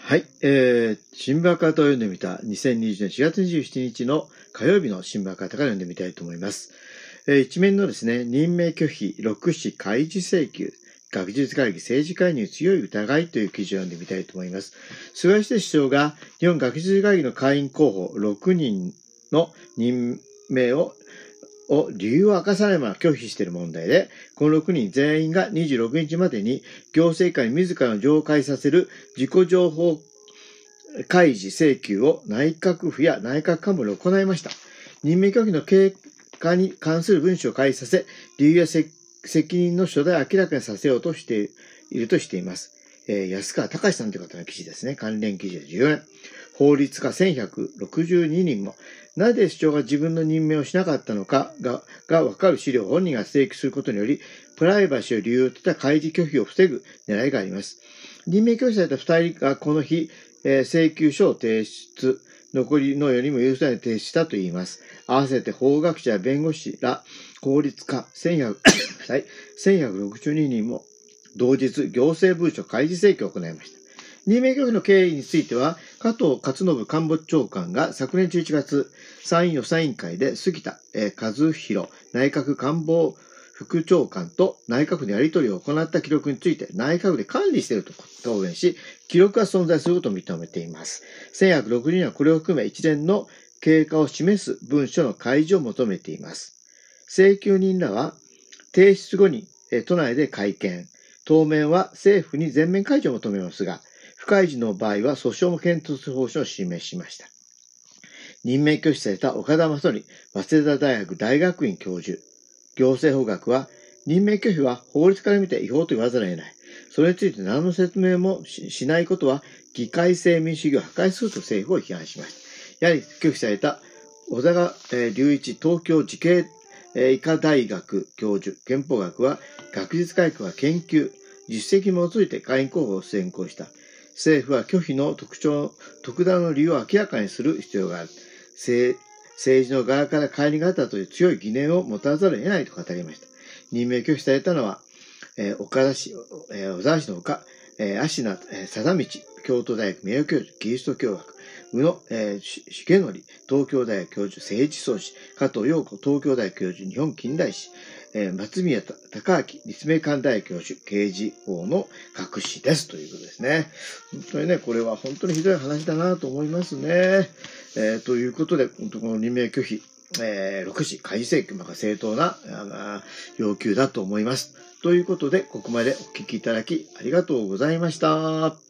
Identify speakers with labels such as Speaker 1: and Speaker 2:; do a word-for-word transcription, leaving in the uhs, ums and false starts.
Speaker 1: はい、えー、新聞赤旗を読んでみたにせんにじゅうねんしがつにじゅうしちにちの火曜日の新聞赤旗から読んでみたいと思います。えー、一面のですね、任命拒否、六市開示請求、学術会議政治介入強い疑いという記事を読んでみたいと思います。菅義偉首相が日本学術会議の会員候補ろくにんの任命をを理由を明かさないまま拒否している問題で、このろくにん全員がにじゅうろくにちまでに行政官に自らの情を開させる自己情報開示請求を内閣府や内閣官房で行いました。任命拒否の経過に関する文書を開示させ、理由や責任の所在を明らかにさせようとしているとしています。えー、安川隆さんという方の記事ですね。関連記事でじゅうよねん。法律家せんひゃくろくじゅうににんも、なぜ首長が自分の任命をしなかったのかが、が分かる資料を本人が請求することにより、プライバシーを理由とした開示拒否を防ぐ狙いがあります。任命拒否されたふたりがこの日、えー、請求書を提出、残りのよりも有罪に提出したといいます。合わせて法学者や弁護士ら法律家せんひゃくろくじゅうににんも同日行政文書開示請求を行いました。任命拒否の経緯については、加藤勝信官房長官が昨年じゅういちがつ、参院予算委員会で杉田、えー、和弘内閣官房副長官と内閣府のやり取りを行った記録について内閣府で管理していると答弁し、記録が存在することを認めています。せんひゃくろくじゅうににんはこれを含め一連の経過を示す文書の開示を求めています。請求人らは提出後に、えー、都内で会見、当面は政府に全面開示を求めますが、不開示の場合は訴訟も検討する方針を示しました。任命拒否された岡田正則、早稲田大学大学院教授、行政法学は、任命拒否は法律から見て違法と言わざるを得ない。それについて何の説明も し, しないことは、議会制民主主義を破壊すると政府を批判しました。やはり拒否された小坂隆一東京慈恵医科大学教授、憲法学は、学術改革は研究、実績に基づいて会員候補を選考した。政府は拒否の特徴、特段の理由を明らかにする必要がある。政, 政治の側から乖離があったという強い疑念を持たざるを得ないと語りました。任命拒否されたのは、えー、岡田氏、えー、小沢氏のほか、えー、芦名、えー、貞道、京都大学名誉教授、キリスト教学、宇野、えー、重則、東京大学教授、政治創始、加藤陽子、東京大学教授、日本近代史、えー、松宮隆明、立命館大学教授、刑事法の学士です。ということですね。本当にね、これは本当にひどい話だなと思いますね。えー、ということで、この任命拒否、えー、ろくし開示請求、まあ、正当な要求だと思います。ということで、ここまでお聞きいただきありがとうございました。